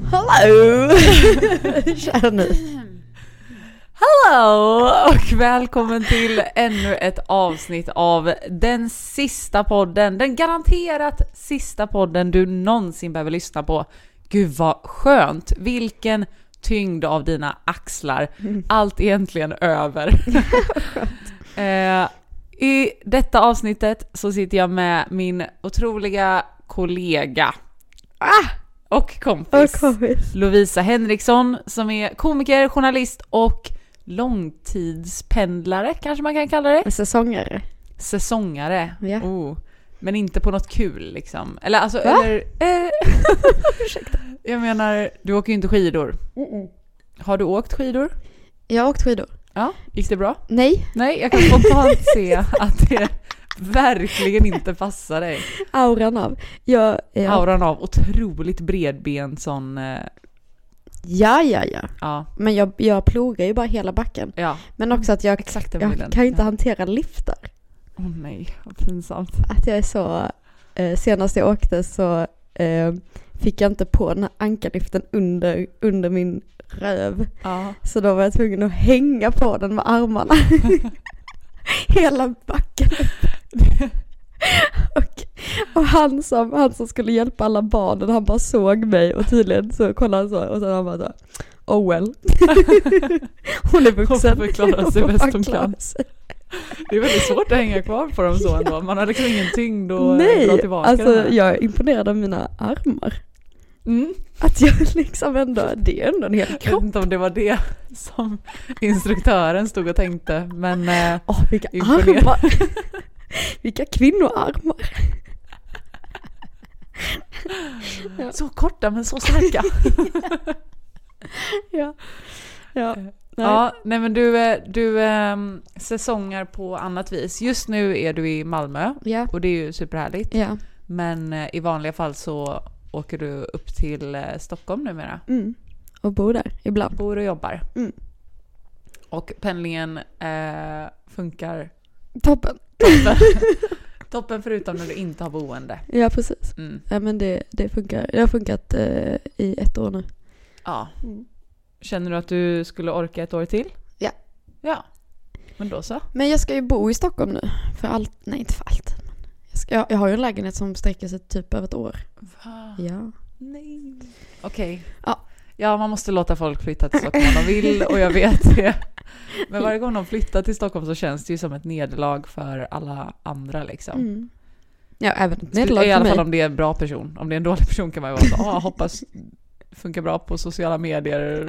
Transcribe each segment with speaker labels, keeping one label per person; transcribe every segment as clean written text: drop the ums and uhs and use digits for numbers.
Speaker 1: Hallå! Kära ni.
Speaker 2: Hallå och välkommen till ännu ett avsnitt av den sista podden. Den garanterat sista podden du någonsin behöver lyssna på. Gud vad skönt. Vilken tyngd av dina axlar. Allt egentligen över. I detta avsnittet så sitter jag med min otroliga kollega och kompis Lovisa Henriksson som är komiker, journalist och långtidspendlare kanske man kan kalla det. Säsongare.
Speaker 1: Ja.
Speaker 2: Men inte på något kul liksom. Eller alltså eller
Speaker 1: Ursäkta.
Speaker 2: Jag menar, du åker ju inte skidor. Har du åkt skidor?
Speaker 1: Jag har åkt skidor.
Speaker 2: Ja, gick det bra?
Speaker 1: Nej,
Speaker 2: jag kan spontant se att det verkligen inte passar dig.
Speaker 1: Auran av.
Speaker 2: Auran av otroligt bredben sån.
Speaker 1: Ja. Men jag plogar ju bara hela backen.
Speaker 2: Ja.
Speaker 1: Men också att jag kan inte hantera liftar.
Speaker 2: Åh nej, vad pinsamt.
Speaker 1: Att jag är så... senast jag åkte så fick jag inte på den här ankarliften under min röv.
Speaker 2: Ja.
Speaker 1: Så då var jag tvungen att hänga på den med armarna. Hela backen. och han som skulle hjälpa alla barnen, han bara såg mig och tydligen så kollade han så och sen han bara så, oh well. Hon är vuxen.
Speaker 2: Hon förklarar sig bäst hon kan. Det är väldigt svårt att hänga kvar på dem så ändå. Man har liksom ingen tyngd och dra tillbaka.
Speaker 1: Alltså jag är imponerad av mina armar. Att jag liksom ändå, det är ändå en hel kropp.
Speaker 2: Jag vet inte om det var det som instruktören stod och tänkte. Men
Speaker 1: vilka armar. Vilka kvinnoarmar.
Speaker 2: Ja. Så korta men så starka. Ja, nej men du säsongar på annat vis. Just nu är du i Malmö och det är ju superhärligt.
Speaker 1: Ja.
Speaker 2: Men i vanliga fall så åker du upp till Stockholm numera.
Speaker 1: Och bor där ibland.
Speaker 2: Bor och jobbar. Och pendlingen funkar Toppen förutom när du inte har boende.
Speaker 1: Ja, precis. Ja, men det funkar. Det har funkat i 1 år nu.
Speaker 2: Ja. Känner du att du skulle orka 1 år till? Ja. Men då så.
Speaker 1: Men jag ska ju bo i Stockholm nu. Inte för allt. Jag har ju en lägenhet som sträcker sig typ över 1 år.
Speaker 2: Va?
Speaker 1: Ja.
Speaker 2: Nej. Okej. Ja, man måste låta folk flytta till Stockholm om de vill och jag vet det. Men varje gång de flyttar till Stockholm så känns det ju som ett nederlag för alla andra liksom.
Speaker 1: Ja, även ett nederlag för mig.
Speaker 2: I alla fall om det är en bra person. Om det är en dålig person kan man ju vara så, hoppas funkar bra på sociala medier.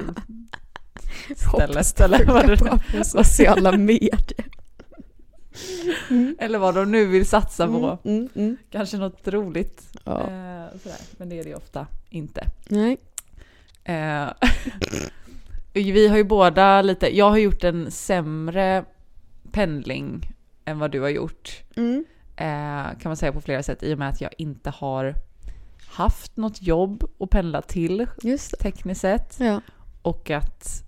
Speaker 1: Sociala medier.
Speaker 2: Eller vad de nu vill satsa på. Kanske något roligt. Sådär. Men det är det ofta inte.
Speaker 1: Nej.
Speaker 2: Vi har ju båda lite... Jag har gjort en sämre pendling än vad du har gjort. Kan man säga på flera sätt. I och med att jag inte har haft något jobb att pendla till. Tekniskt sett.
Speaker 1: Ja.
Speaker 2: Och att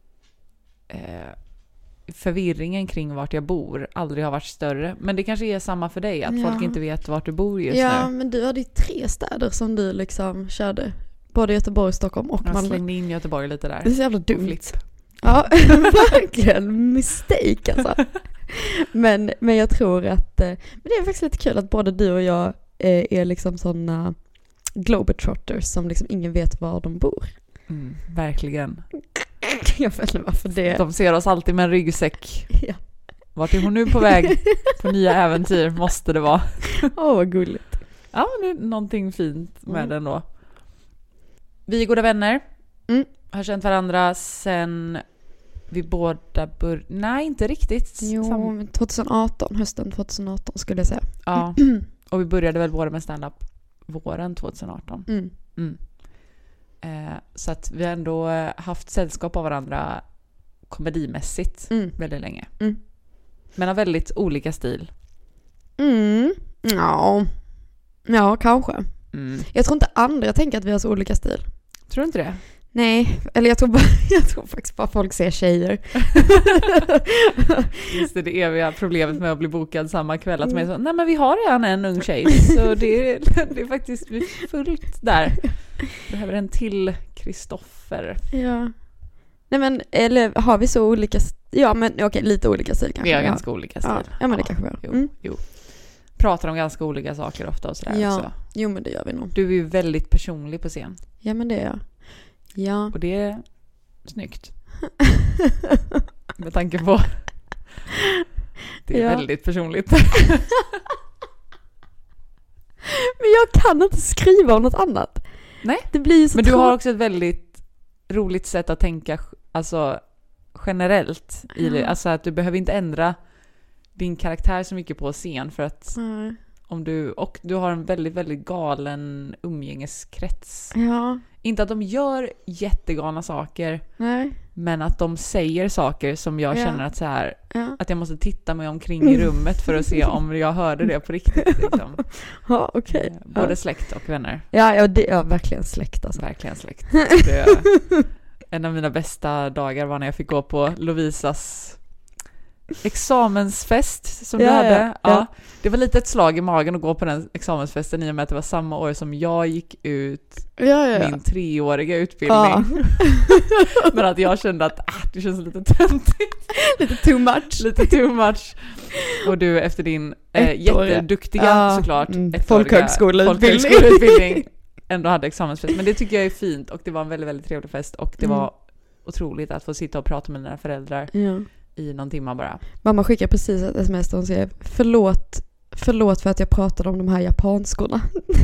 Speaker 2: förvirringen kring vart jag bor aldrig har varit större. Men det kanske är samma för dig. Att folk inte vet vart du bor just nu.
Speaker 1: Ja, men du hade ju 3 städer som du liksom körde. Både Göteborg, Stockholm och Malmö.
Speaker 2: Jag slängde in Göteborg lite där.
Speaker 1: Det är så jävla dumt. Ja, verkligen. Mistake alltså. Men jag tror att... Men det är faktiskt lite kul att både du och jag är liksom såna globetrotters som liksom ingen vet var de bor.
Speaker 2: Verkligen.
Speaker 1: Jag vet inte varför det...
Speaker 2: De ser oss alltid med en ryggsäck.
Speaker 1: Ja.
Speaker 2: Vart är hon nu på väg? På nya äventyr måste det vara.
Speaker 1: Vad gulligt.
Speaker 2: Ja, men det är någonting fint med den då. Vi är goda vänner. Har känt varandra sen vi båda Nej, inte riktigt.
Speaker 1: Jo, 2018, hösten 2018 skulle jag säga.
Speaker 2: Ja, och vi började väl båda med stand-up våren 2018. Så att vi har ändå haft sällskap av varandra komedimässigt väldigt länge. Men har väldigt olika stil.
Speaker 1: Ja, kanske. Jag tror inte andra tänker att vi har så olika stil.
Speaker 2: Tror du inte det?
Speaker 1: Nej, eller jag tror faktiskt bara folk ser tjejer.
Speaker 2: Just det eviga problemet med att bli bokad samma kväll. Att man är så, nej men vi har redan en ung tjej. Så det är faktiskt fullt där. Behöver en till Kristoffer.
Speaker 1: Ja. Nej men, eller har vi så olika... Ja men okej, lite olika stil kanske.
Speaker 2: Vi har ganska olika stil.
Speaker 1: Ja men det kanske vi har.
Speaker 2: Jo. Pratar om ganska olika saker ofta och sådär också.
Speaker 1: Jo men det gör vi nog.
Speaker 2: Du är ju väldigt personlig på scen.
Speaker 1: Ja men det är jag. Ja.
Speaker 2: Och det är snyggt. Med tanke på det är väldigt personligt.
Speaker 1: Men jag kan inte skriva om något annat.
Speaker 2: Nej.
Speaker 1: Det blir så.
Speaker 2: Men du har också ett väldigt roligt sätt att tänka, alltså generellt i det. Alltså att du behöver inte ändra din karaktär så mycket på scen för att om du har en väldigt, väldigt galen umgängeskrets.
Speaker 1: Ja.
Speaker 2: Inte att de gör jättegalna saker.
Speaker 1: Nej.
Speaker 2: Men att de säger saker som jag känner att så här, att jag måste titta mig omkring i rummet för att se om jag hörde det på riktigt. Liksom.
Speaker 1: Ja, okej.
Speaker 2: Både släkt och vänner.
Speaker 1: Ja, det är verkligen släkt. Alltså.
Speaker 2: Verkligen släkt. En av mina bästa dagar var när jag fick gå på Lovisas examensfest som du hade. Ja. Det var lite ett slag i magen att gå på den examensfesten i och med att det var samma år som jag gick ut min 3-åriga utbildning. Ja. Men att jag kände att det känns lite töntigt.
Speaker 1: Lite too much.
Speaker 2: Och du efter din jätteduktiga såklart
Speaker 1: folkhögskoleutbildning
Speaker 2: ändå hade examensfest. Men det tycker jag är fint och det var en väldigt, väldigt trevlig fest och det var otroligt att få sitta och prata med dina föräldrar. Ja. I någon timme bara.
Speaker 1: Mamma skickar precis ett sms och hon säger förlåt för att jag pratade om de här japanskorna.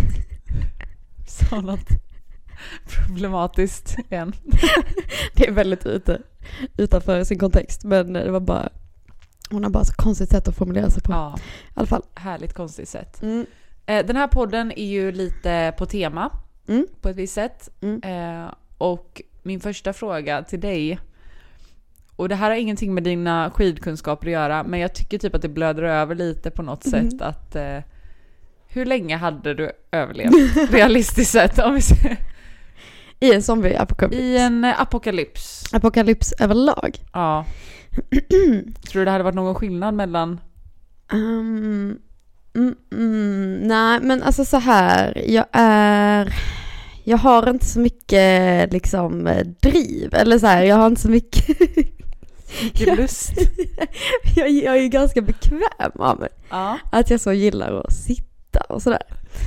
Speaker 2: Så något problematiskt igen.
Speaker 1: Det är väldigt utanför sin kontext, men det var bara hon har bara så konstigt sätt att formulera sig på.
Speaker 2: Ja,
Speaker 1: i alla fall.
Speaker 2: Härligt konstigt sätt. Den här podden är ju lite på tema på ett visst sätt. Och min första fråga till dig, och det här har ingenting med dina skidkunskaper att göra, men jag tycker typ att det blöder över lite på något sätt att hur länge hade du överlevt realistiskt sett om vi ser?
Speaker 1: I en zombie-apokalyps.
Speaker 2: I en apokalyps.
Speaker 1: Apokalyps överlag.
Speaker 2: Ja. Tror du det hade varit någon skillnad mellan?
Speaker 1: Nej, men alltså så här, jag har inte så mycket liksom driv, eller så här, jag har inte så mycket
Speaker 2: lust.
Speaker 1: Jag är ju ganska bekväm av mig. Ja. Att jag så gillar att sitta och sådär.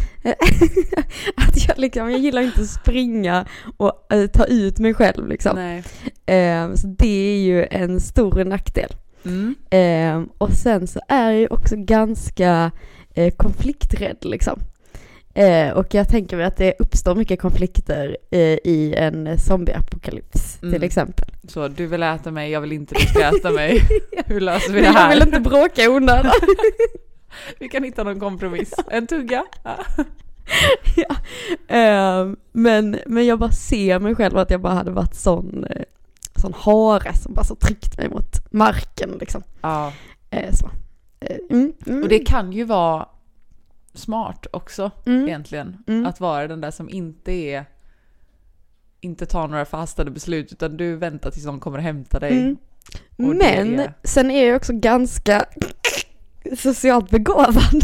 Speaker 1: Att jag gillar inte att springa och ta ut mig själv liksom. Nej. Så det är ju en stor nackdel. Och sen så är jag också ganska konflikträdd liksom. Och jag tänker mig att det uppstår mycket konflikter i en zombieapokalyps till exempel. Så
Speaker 2: du vill äta mig, jag vill inte du ska äta mig. Hur löser vi det här?
Speaker 1: Jag vill inte bråka i onödan.
Speaker 2: Vi kan hitta någon kompromiss. En tugga.
Speaker 1: Ja. Men jag bara ser mig själv att jag bara hade varit sån hare som bara så tryckt mig mot marken liksom. Ja. Så.
Speaker 2: Och det kan ju vara smart också egentligen att vara den där som inte tar några förhastade beslut utan du väntar tills de kommer och hämta dig.
Speaker 1: Men sen är jag också ganska socialt begåvad.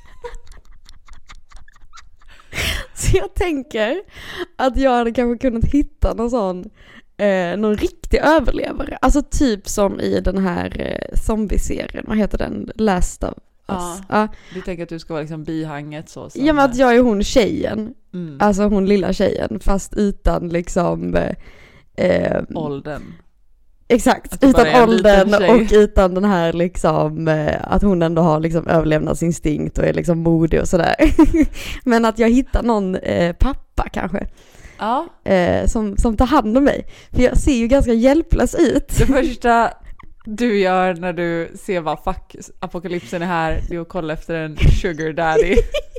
Speaker 1: Så jag tänker att jag hade kanske kunnat hitta någon riktig överlevare. Alltså typ som i den här zombie-serien. Vad heter den? Last of Us. Ja.
Speaker 2: Du tänker att du ska vara liksom bihanget så?
Speaker 1: Ja, men att jag är hon tjejen. Alltså hon lilla tjejen. Fast utan liksom
Speaker 2: åldern.
Speaker 1: Exakt, utan åldern och utan den här liksom att hon ändå har liksom överlevnadsinstinkt och är liksom modig och sådär. Men att jag hittar någon pappa kanske. Ja. Som tar hand om mig. För jag ser ju ganska hjälplös ut.
Speaker 2: Det första du gör när du ser vad apokalypsen är här, det är att kolla efter en sugar daddy.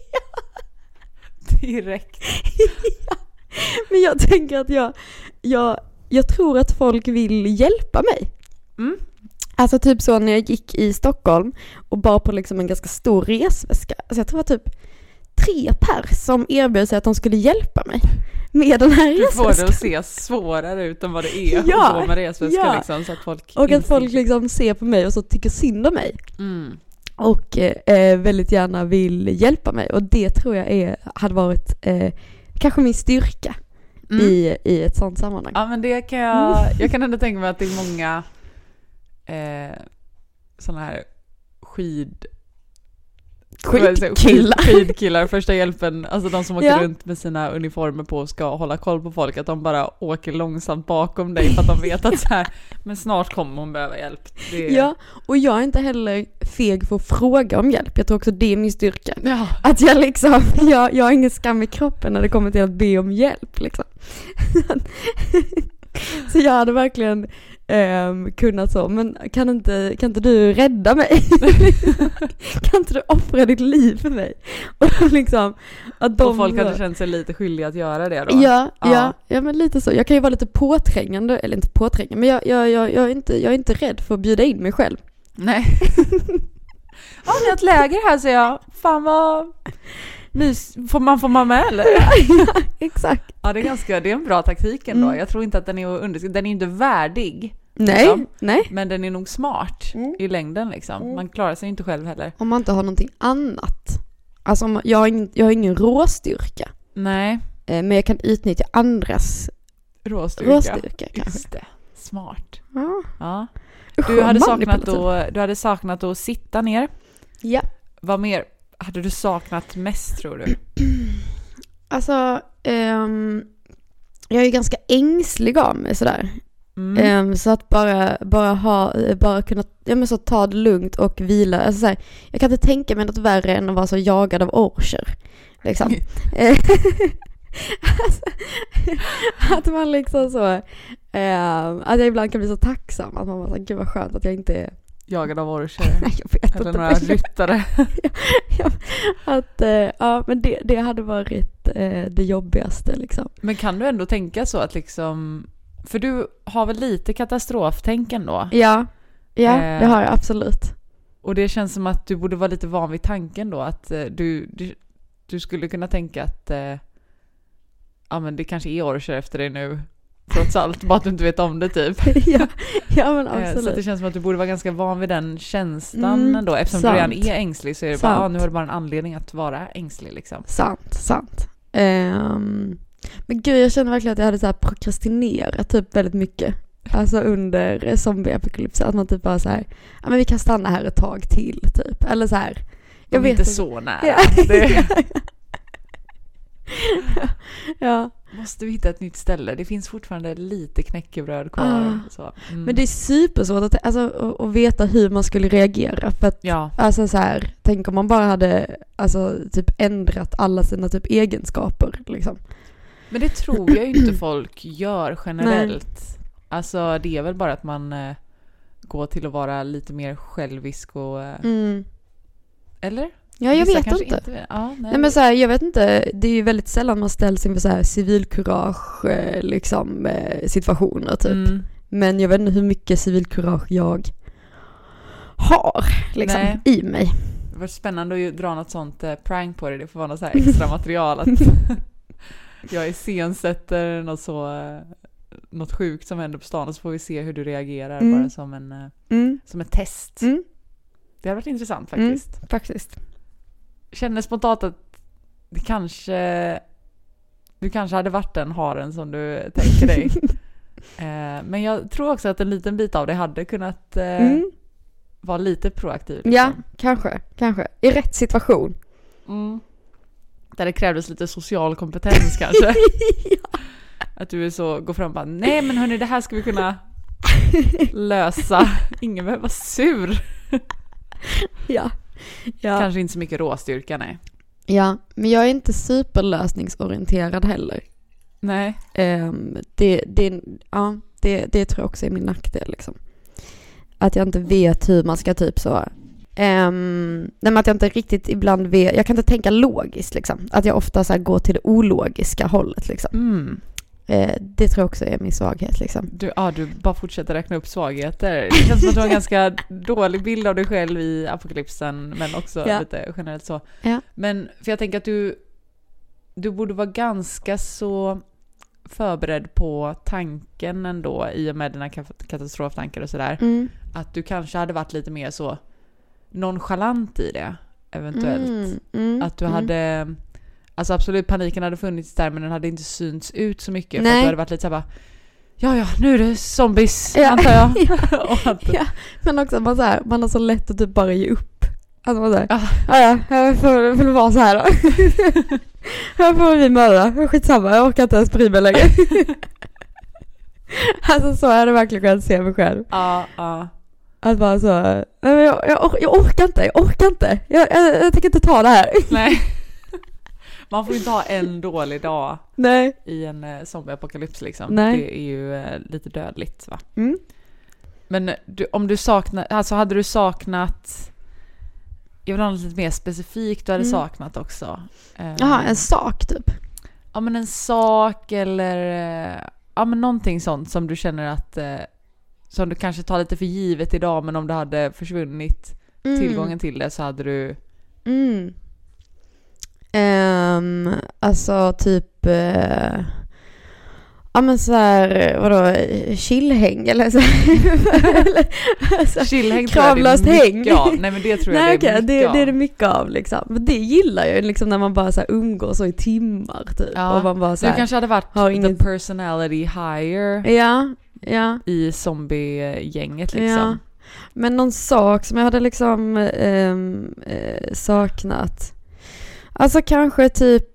Speaker 2: Direkt.
Speaker 1: Ja. Men jag tänker att jag tror att folk vill hjälpa mig. Alltså typ så när jag gick i Stockholm och bar på liksom en ganska stor resväska. Alltså jag tror att typ 3 pers som erbjöd sig att de skulle hjälpa mig med den här resväskan.
Speaker 2: Du får det att se svårare ut än vad det är
Speaker 1: Ja,
Speaker 2: att gå med resväska
Speaker 1: ja.
Speaker 2: liksom, så att folk
Speaker 1: Och att folk liksom ser på mig och så tycker synd om mig. Och väldigt gärna vill hjälpa mig. Och det tror jag hade varit kanske min styrka i ett sånt sammanhang.
Speaker 2: Ja, men det kan jag kan ändå tänka mig att det är många såna här skidkillar, första hjälpen, alltså de som åker runt med sina uniformer på och ska hålla koll på folk, att de bara åker långsamt bakom dig för att de vet att så här, men snart kommer hon behöva hjälp.
Speaker 1: Ja, och jag är inte heller feg för att fråga om hjälp. Jag tror också det är min styrka.
Speaker 2: Ja.
Speaker 1: Att jag liksom, jag har ingen skam i kroppen när det kommer till att be om hjälp liksom. Så jag hade verkligen kunnat så, men kan inte du rädda mig? Kan inte du offra ditt liv för mig? Och liksom att
Speaker 2: och folk hade känt sig lite skyldiga att göra det då.
Speaker 1: Ja, men lite så. Jag kan ju vara lite påträngande, eller inte påträngande, men jag är inte rädd för att bjuda in mig själv. Nej.
Speaker 2: Ja, ni har ett läger här, så jag. Fan vad får man med eller?
Speaker 1: Ja, exakt.
Speaker 2: Ja, det är en bra taktik ändå. Jag tror inte att den är den är inte värdig.
Speaker 1: Nej,
Speaker 2: liksom.
Speaker 1: Nej.
Speaker 2: Men den är nog smart i längden liksom. Man klarar sig inte själv heller.
Speaker 1: Om man inte har någonting annat. Alltså jag har ingen råstyrka.
Speaker 2: Nej.
Speaker 1: Men jag kan utnyttja andras råstyrka
Speaker 2: Just det. Smart.
Speaker 1: Ja.
Speaker 2: Du hade saknat att sitta ner.
Speaker 1: Ja.
Speaker 2: Vad mer hade du saknat mest, tror du?
Speaker 1: Alltså, jag är ganska ängslig av mig sådär. Så att bara kunna så ta det lugnt och vila. Alltså såhär, jag kan inte tänka mig något värre än att vara så jagad av orcher. Liksom. Alltså, att man liksom så att jag ibland kan bli så tacksam att man bara, gud vad skönt att jag inte är
Speaker 2: jagad av orcher.
Speaker 1: Jag vet
Speaker 2: eller
Speaker 1: inte.
Speaker 2: Några ryttare.
Speaker 1: Men det hade varit det jobbigaste liksom.
Speaker 2: Men kan du ändå tänka så att liksom, för du har väl lite katastroftänken då? Ja,
Speaker 1: det har jag absolut.
Speaker 2: Och det känns som att du borde vara lite van vid tanken då, att du skulle kunna tänka att men det kanske är orcher efter dig nu. Trots allt, bara att du inte vet om det typ.
Speaker 1: ja, men absolut.
Speaker 2: Så det känns som att du borde vara ganska van vid den känslan ändå. Eftersom du redan är ängslig, så är det bara, nu har du bara en anledning att vara ängslig liksom.
Speaker 1: Sant. Men gud, jag känner verkligen att jag hade så här prokrastinerat typ väldigt mycket. Alltså under zombie-apokalypsen, att man typ bara så här, men vi kan stanna här ett tag till typ. Eller så här.
Speaker 2: Jag vet inte så nära.
Speaker 1: Ja.
Speaker 2: Måste vi hitta ett nytt ställe? Det finns fortfarande lite knäckebröd kvar. Så.
Speaker 1: Men det är supersvårt att veta hur man skulle reagera. För att, alltså så här, tänk om man bara hade typ ändrat alla sina typ egenskaper. Liksom.
Speaker 2: Men det tror jag inte folk gör generellt. Nej. Alltså det är väl bara att man går till att vara lite mer självisk och... Eller?
Speaker 1: Ja, jag vet inte. Nej, men så här, jag vet inte. Det är ju väldigt sällan man ställs inför så här civilkurage liksom, situationer typ. Men jag vet inte hur mycket civilkurage jag har liksom, i mig.
Speaker 2: Det var spännande att dra något sånt prank på det. Det får vara något så här extra material. Att jag iscensätter något sjukt som händer på stan, och så får vi se hur du reagerar bara som ett test. Det har varit intressant faktiskt. Känner spontant att du kanske hade varit den haren som du tänker dig. Men jag tror också att en liten bit av det hade kunnat vara lite proaktiv. Liksom.
Speaker 1: Ja, kanske. I rätt situation.
Speaker 2: Där det krävdes lite social kompetens kanske. Att du går fram och bara, nej men hörni, det här ska vi kunna lösa. Ingen behöver vara sur. Ja. Kanske inte så mycket råstyrka, nej. Ja,
Speaker 1: men jag är inte superlösningsorienterad heller.
Speaker 2: Nej.
Speaker 1: Det tror jag också är min nackdel liksom. Att jag inte vet hur man ska typ så. Att jag inte riktigt ibland vet. Jag kan inte tänka logiskt liksom. Att jag ofta så här går till det ologiska hållet liksom. Det tror jag också är min svaghet liksom.
Speaker 2: Du bara fortsätter räkna upp svagheter. Det känns som att du har en ganska dålig bild av dig själv i apokalypsen, men också lite generellt så.
Speaker 1: Ja.
Speaker 2: Men för jag tänker att du borde vara ganska så förberedd på tanken ändå i och med dina katastroftankar och sådär. Att du kanske hade varit lite mer så nonchalant i det eventuellt. Att du hade... Alltså absolut, paniken hade funnits där, men den hade inte synts ut så mycket. För att du hade varit lite såhär bara, ja, nu är det zombies, antar jag.
Speaker 1: Ja, men också man har så lätt att typ bara ge upp. Alltså man säger, jag får vara så här då. Jag får vi mörda, skitsamma, jag orkar inte ens bry mig längre. Alltså så är det verkligen kunnat se mig själv. Att bara så, jag orkar inte. Jag tänker inte ta det här.
Speaker 2: Nej. Man får ju inte ha en dålig dag.
Speaker 1: Nej.
Speaker 2: I en zombieapokalyps liksom.
Speaker 1: Nej.
Speaker 2: Det är ju lite dödligt, va? Men om du saknar, alltså hade du saknat, jag vill ha något lite mer specifikt du hade saknat också.
Speaker 1: Jaha, en sak typ.
Speaker 2: Ja, men en sak eller men någonting sånt som du känner att som du kanske tar lite för givet idag, men om du hade försvunnit tillgången till det så hade du
Speaker 1: alltså typ ja men så här, vadå, chillhäng eller så alltså,
Speaker 2: chillhäng,
Speaker 1: kravlöst häng.
Speaker 2: Ja, nej men det tror jag.
Speaker 1: Nej,
Speaker 2: det är mycket
Speaker 1: det är det mycket av liksom. Men det gillar jag liksom när man bara så här umgås så i timmar typ.
Speaker 2: Ja,
Speaker 1: och man bara så här,
Speaker 2: du kanske hade varit the personality higher.
Speaker 1: Ja.
Speaker 2: I zombie-gänget liksom.
Speaker 1: Ja. Men någon sak som jag hade liksom saknat. Alltså kanske typ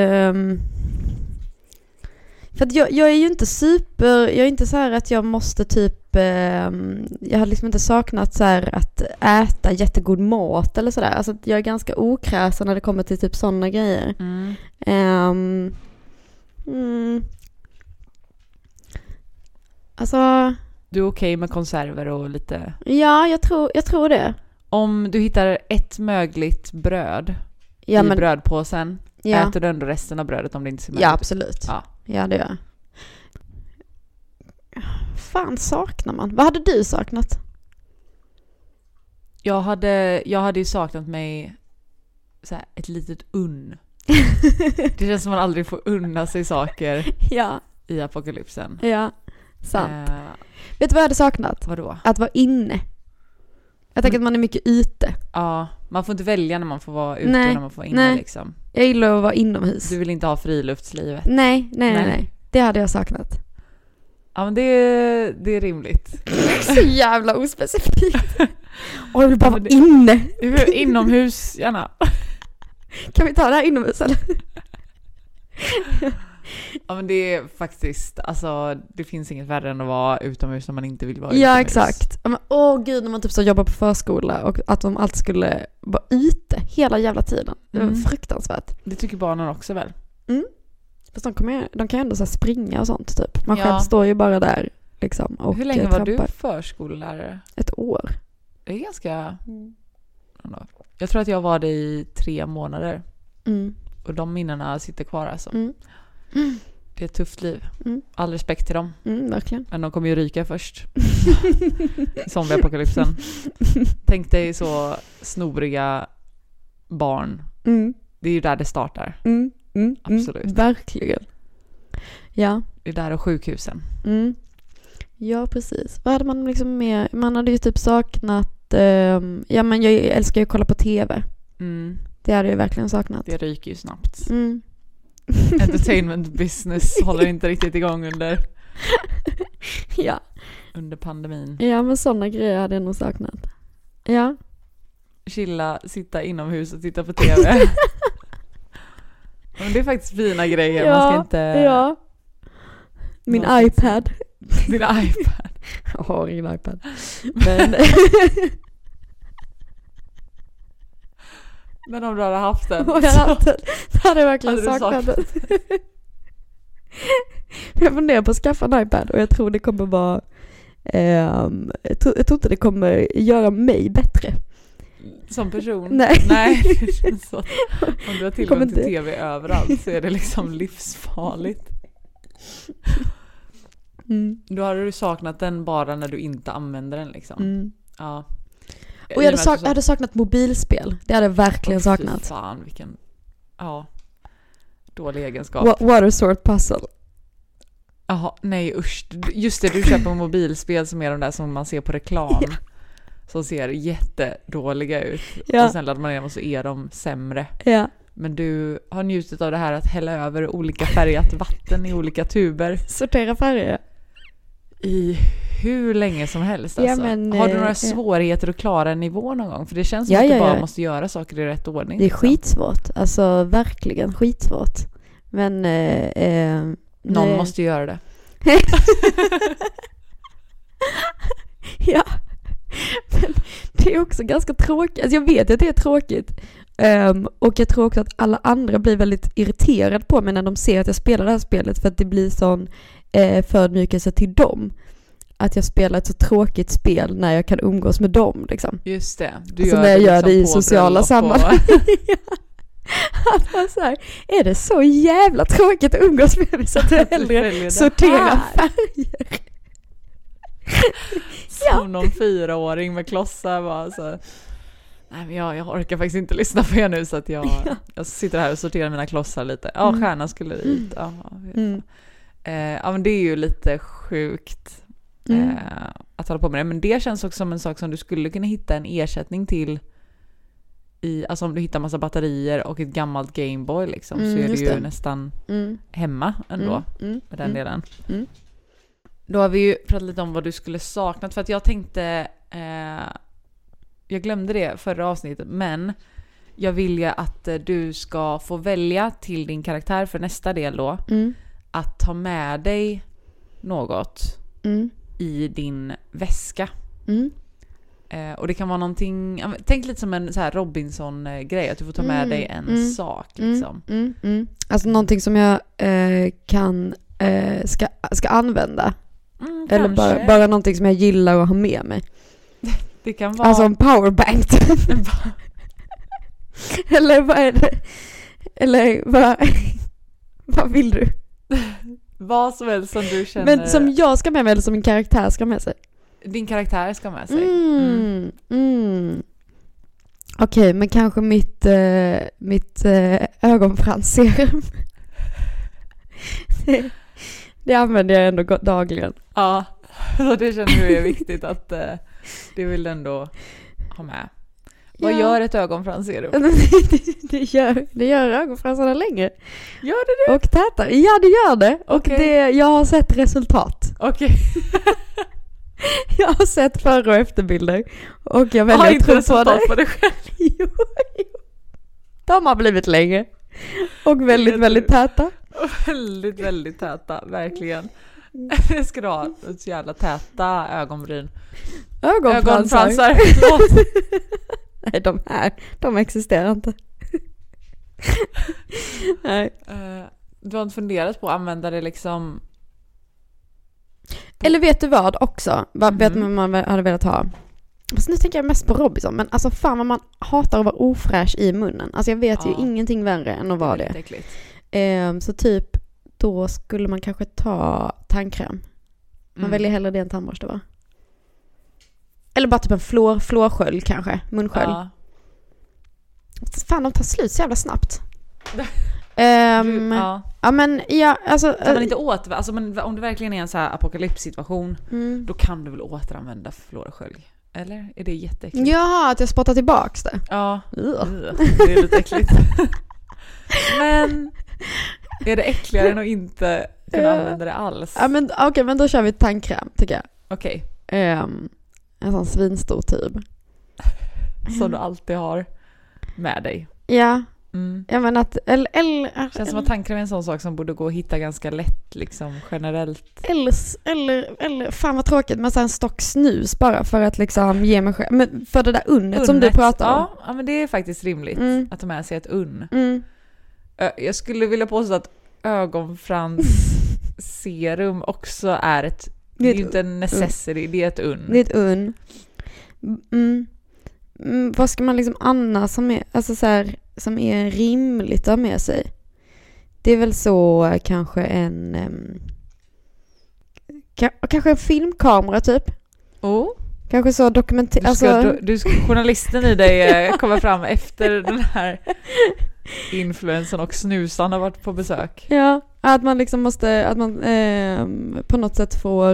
Speaker 1: för att jag är ju inte jag är inte så här att jag måste typ jag har liksom inte saknat så här att äta jättegod mat eller sådär. Alltså jag är ganska okräsen när det kommer till typ sådana grejer. Alltså
Speaker 2: du är okej med konserver och lite...
Speaker 1: Ja, jag tror det.
Speaker 2: Om du hittar ett mögligt bröd i brödpåsen, äter du ändå resten av brödet om det inte är mögligt?
Speaker 1: Ja, absolut. Ja, det gör jag. Fan saknar man? Vad hade du saknat?
Speaker 2: Jag hade ju saknat mig så här, ett litet unn. Det känns som man aldrig får unna sig saker i apokalypsen.
Speaker 1: Ja, sant. Vet du vad jag hade saknat?
Speaker 2: Vadå?
Speaker 1: Att vara inne. Jag tänker att man är mycket ute.
Speaker 2: Ja, man får inte välja när man får vara ute och när man får vara inne liksom. Jag
Speaker 1: gillar att vara inomhus.
Speaker 2: Du vill inte ha friluftslivet?
Speaker 1: Nej. Det hade jag saknat.
Speaker 2: Ja, men det är rimligt.
Speaker 1: Så jävla ospecifikt. Och jag vill bara vara inne.
Speaker 2: Inomhus, gärna.
Speaker 1: Kan vi ta det här inomhus eller?
Speaker 2: Ja, men det är faktiskt, alltså det finns inget värre än att vara utomhus när man inte vill vara utomhus.
Speaker 1: Ja, exakt. Men, gud, när man typ så jobbar på förskola och att de alltid skulle vara ute hela jävla tiden. Det var fruktansvärt.
Speaker 2: Det tycker barnen också väl?
Speaker 1: Fast de kan ju ändå så här springa och sånt typ. Man själv står ju bara där liksom och
Speaker 2: hur länge var du förskollärare?
Speaker 1: 1 år.
Speaker 2: Det är ganska... Jag tror att jag var det i 3 månader. Och de minnena sitter kvar alltså. Det är ett tufft liv. All respekt till dem.
Speaker 1: Verkligen.
Speaker 2: Men de kommer ju ryka först. Zombieapokalypsen. Tänk dig så snoriga barn. Det är ju där det startar. Absolut.
Speaker 1: Verkligen. Ja.
Speaker 2: Det är där och sjukhusen.
Speaker 1: Ja, precis. Vad hade man liksom med? Man hade ju typ saknat men jag älskar ju att kolla på tv. Det hade jag verkligen saknat.
Speaker 2: Det ryker ju snabbt. Entertainment business håller inte riktigt igång under pandemin.
Speaker 1: Ja, men sådana grejer hade jag nog saknat. Ja.
Speaker 2: Chilla, sitta inomhus och titta på tv. Men det är faktiskt fina grejer. Man ska inte...
Speaker 1: Ja. Min iPad.
Speaker 2: Din iPad.
Speaker 1: Jag har ingen iPad. Men...
Speaker 2: Men om du hade haft den.
Speaker 1: Så hade jag verkligen saknat den. Jag funderar på att skaffa en iPad och jag tror det kommer vara... jag tror inte det kommer göra mig bättre.
Speaker 2: Som person?
Speaker 1: Nej,
Speaker 2: det känns så. Om du har tillgång till tv överallt så är det liksom livsfarligt. Då hade du saknat den bara när du inte använder den liksom. Ja.
Speaker 1: Och jag hade saknat mobilspel. Det hade jag verkligen saknat.
Speaker 2: Fan, vilken dålig egenskap.
Speaker 1: Water Sword Puzzle.
Speaker 2: Jaha, nej usch. Just det, du köper mobilspel som är de där som man ser på reklam. Som ser jättedåliga ut. Och sen laddar man ner och så är de sämre.
Speaker 1: Ja.
Speaker 2: Men du har njutit av det här att hälla över olika färgat vatten i olika tuber.
Speaker 1: Sortera färger.
Speaker 2: I hur länge som helst alltså. Har du några svårigheter att klara en nivå någon gång? För det känns som att du bara måste göra saker i rätt ordning.
Speaker 1: Det är skitsvårt. Alltså verkligen skitsvårt. Men
Speaker 2: någon måste göra det.
Speaker 1: Ja. Men det är också ganska tråkigt. Alltså jag vet att det är tråkigt. Och jag tror också att alla andra blir väldigt irriterade på mig när de ser att jag spelar det här spelet, för att det blir sån förödmjukelse till dem. Att jag spelar ett så tråkigt spel när jag kan umgås med dem liksom.
Speaker 2: Just det.
Speaker 1: Du alltså när jag gör det i sociala sammanhang. Att man så här, är det så jävla tråkigt att umgås med mig så att jag hellre sorterar färger.
Speaker 2: Som någon 4-åring med klossar bara så. Nej, men jag orkar faktiskt inte lyssna på er nu, så att jag sitter här och sorterar mina klossar lite. Ja, stjärnan skulle dit. Ja, men det är ju lite sjukt att hålla på med det. Men det känns också som en sak som du skulle kunna hitta en ersättning till alltså om du hittar massa batterier och ett gammalt Gameboy liksom, så är du ju nästan hemma ändå med den delen. Då har vi ju pratat lite om vad du skulle saknat, för att jag tänkte jag glömde det förra avsnittet, men jag vill ju att du ska få välja till din karaktär för nästa del då, att ta med dig något i din väska. Och det kan vara någonting, tänk lite som en så här Robinson-grej, att du får ta med dig en sak liksom.
Speaker 1: Alltså någonting som jag ska använda. Eller bara någonting som jag gillar att ha med mig.
Speaker 2: Det kan vara...
Speaker 1: Alltså en powerbank. Eller vad är det? Eller vad vill du?
Speaker 2: Vad som helst som du känner...
Speaker 1: Men som jag ska med mig eller som min karaktär ska med sig?
Speaker 2: Din karaktär ska med sig.
Speaker 1: Okej, men kanske mitt ögonfransserum. Det använder jag ändå dagligen.
Speaker 2: Ja, så det känner du är viktigt att det vill ändå ha med. Vad gör ett ögonfransserum?
Speaker 1: det gör ögonfransarna längre.
Speaker 2: Gör det?
Speaker 1: Och tätare. Ja, det gör det. Och jag har sett resultat.
Speaker 2: Okej.
Speaker 1: Jag har sett före- och efterbilder. Och jag väljer att tro
Speaker 2: resultat på det själv.
Speaker 1: Jo. De har blivit längre. Och väldigt, väldigt täta.
Speaker 2: Väldigt, väldigt täta, verkligen. Jag ska ha ett så jävla täta ögonbryn.
Speaker 1: Ögonfransar. Nej, de existerar inte. Nej.
Speaker 2: Du har inte funderat på att använda det liksom...
Speaker 1: Eller vet du vad också? Vet man hade velat ha? Alltså, nu tänker jag mest på Robinson. Men alltså fan vad man hatar att vara ofräsch i munnen. Alltså jag vet ju ingenting värre än att vara det. Så typ då skulle man kanske ta tandkräm. Man väljer hellre det än tandborste, va? Eller bara typ en flårskölj kanske. Munskölj. Fan, de tar slut så jävla snabbt. Ja, men alltså
Speaker 2: kan man inte alltså, men om det verkligen är en så här apokalypssituation, då kan du väl återanvända flårskölj? Eller är det jätteäckligt?
Speaker 1: Ja, att jag spottar tillbaks det.
Speaker 2: Ja, det är lite äckligt. Men är det äckligare än att inte kunna använda det alls?
Speaker 1: Ja, men okej, men då kör vi tandkräm, tycker jag.
Speaker 2: Okej.
Speaker 1: En sån svinstor tub.
Speaker 2: Som du alltid har med dig.
Speaker 1: Ja. Jag menar att
Speaker 2: känns som att tandkräm är en sån sak som borde gå att hitta ganska lätt liksom generellt.
Speaker 1: Eller fan vad tråkigt, men så en stock snus bara för att liksom ge mig själv, men för det där unnet som du pratar om.
Speaker 2: Ja, men det är faktiskt rimligt att ta med sig ett unn. Jag skulle vilja påstå att ögonfransserum också är det är ju inte en necessity, det är ett unn.
Speaker 1: Det är ett unn. Vad ska man liksom annars som är, alltså så här, som är rimligt att ha med sig? Det är väl så kanske kanske en filmkamera typ. Kanske så
Speaker 2: journalisten i dig kommer fram efter den här influensen och snusan har varit på besök.
Speaker 1: Ja, att man liksom måste, att man på något sätt får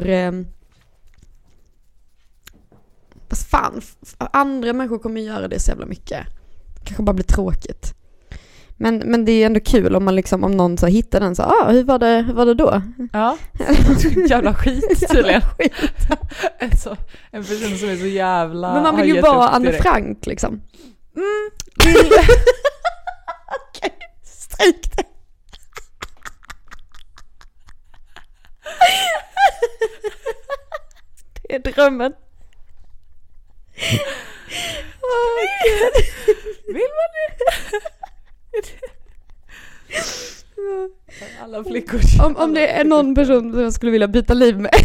Speaker 1: vad fan, andra människor kommer göra det så jävla mycket. Kanske bara blir tråkigt. Men det är ändå kul om man liksom, om någon så hittar den så, hur var det då?
Speaker 2: Ja, jävla skit tydligen. Alltså, en person som är så jävla...
Speaker 1: Men man vill ju vara Anne Frank liksom. Okej, stryk det. Det är drömmen.
Speaker 2: Vill man det? Alla flickor.
Speaker 1: Om det är någon person som jag skulle vilja byta liv med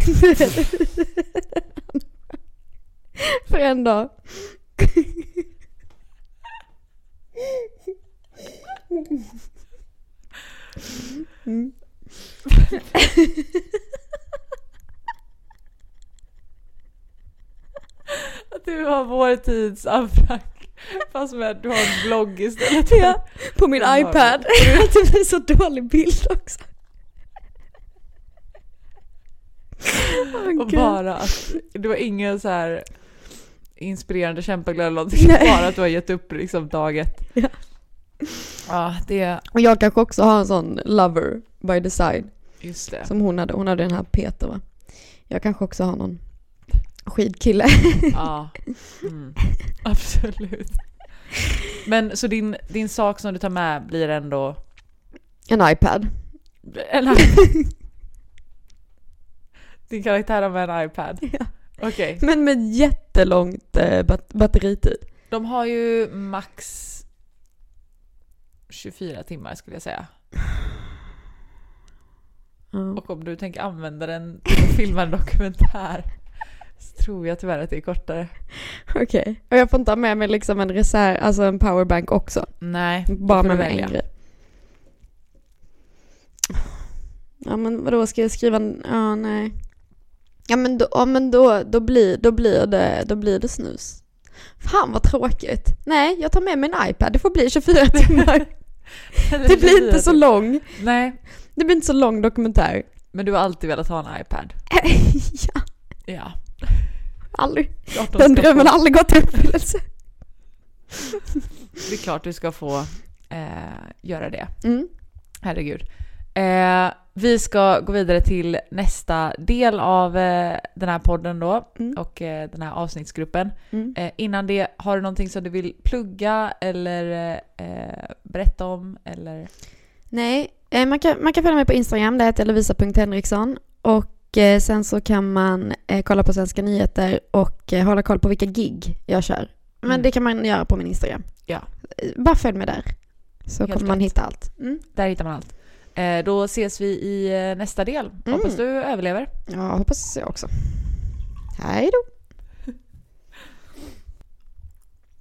Speaker 1: för en dag.
Speaker 2: Att du har vår tids Anne Frank. Fast med att du har en blogg istället.
Speaker 1: Ja, på min iPad. Det blir så dålig bild också.
Speaker 2: Och bara att det var ingen så här inspirerande kämpaglöd eller någonting. Bara att du har gett upp liksom dag ett.
Speaker 1: Ja.
Speaker 2: Ja, det...
Speaker 1: Och jag kanske också har en sån lover by the side.
Speaker 2: Just det.
Speaker 1: Som hon hade den här Peter, va? Jag kanske också har någon skidkille.
Speaker 2: Ja, absolut. Men så din sak som du tar med blir ändå...
Speaker 1: En iPad.
Speaker 2: Din karaktär har med en iPad.
Speaker 1: Ja.
Speaker 2: Okej.
Speaker 1: Men med jättelångt batteritid.
Speaker 2: De har ju max 24 timmar skulle jag säga. Och om du tänker använda den och filma en dokumentär så tror jag tyvärr att det är kortare.
Speaker 1: Okej. Och jag får inte ha med mig liksom en reserv, alltså en powerbank också.
Speaker 2: Nej.
Speaker 1: Bara med mig en grej. Ja, men vadå, ska jag skriva en... Ja, nej. Ja, men då blir det snus. Fan vad tråkigt. Nej, jag tar med mig en iPad. Det får bli 24 timmar. Det blir inte så lång.
Speaker 2: Nej.
Speaker 1: Det blir inte så lång dokumentär.
Speaker 2: Men du har alltid velat ha en iPad.
Speaker 1: Ja.
Speaker 2: Ja.
Speaker 1: Aldrig. Den drömmen har aldrig gått i uppfyllelse.
Speaker 2: Det är klart du ska få göra det. Herregud. Vi ska gå vidare till nästa del av den här podden då och den här avsnittsgruppen. Innan det, har du någonting som du vill plugga eller berätta om? Eller?
Speaker 1: Nej, man kan följa mig på Instagram, det heter Lovisa.Henriksson, och sen så kan man kolla på Svenska nyheter och hålla koll på vilka gig jag kör. Men det kan man göra på min Instagram.
Speaker 2: Ja.
Speaker 1: Bara följ med där, så
Speaker 2: helt
Speaker 1: kommer man hitta allt.
Speaker 2: Där hittar man allt. Då ses vi i nästa del. Hoppas du överlever.
Speaker 1: Ja, hoppas jag också. Hej då!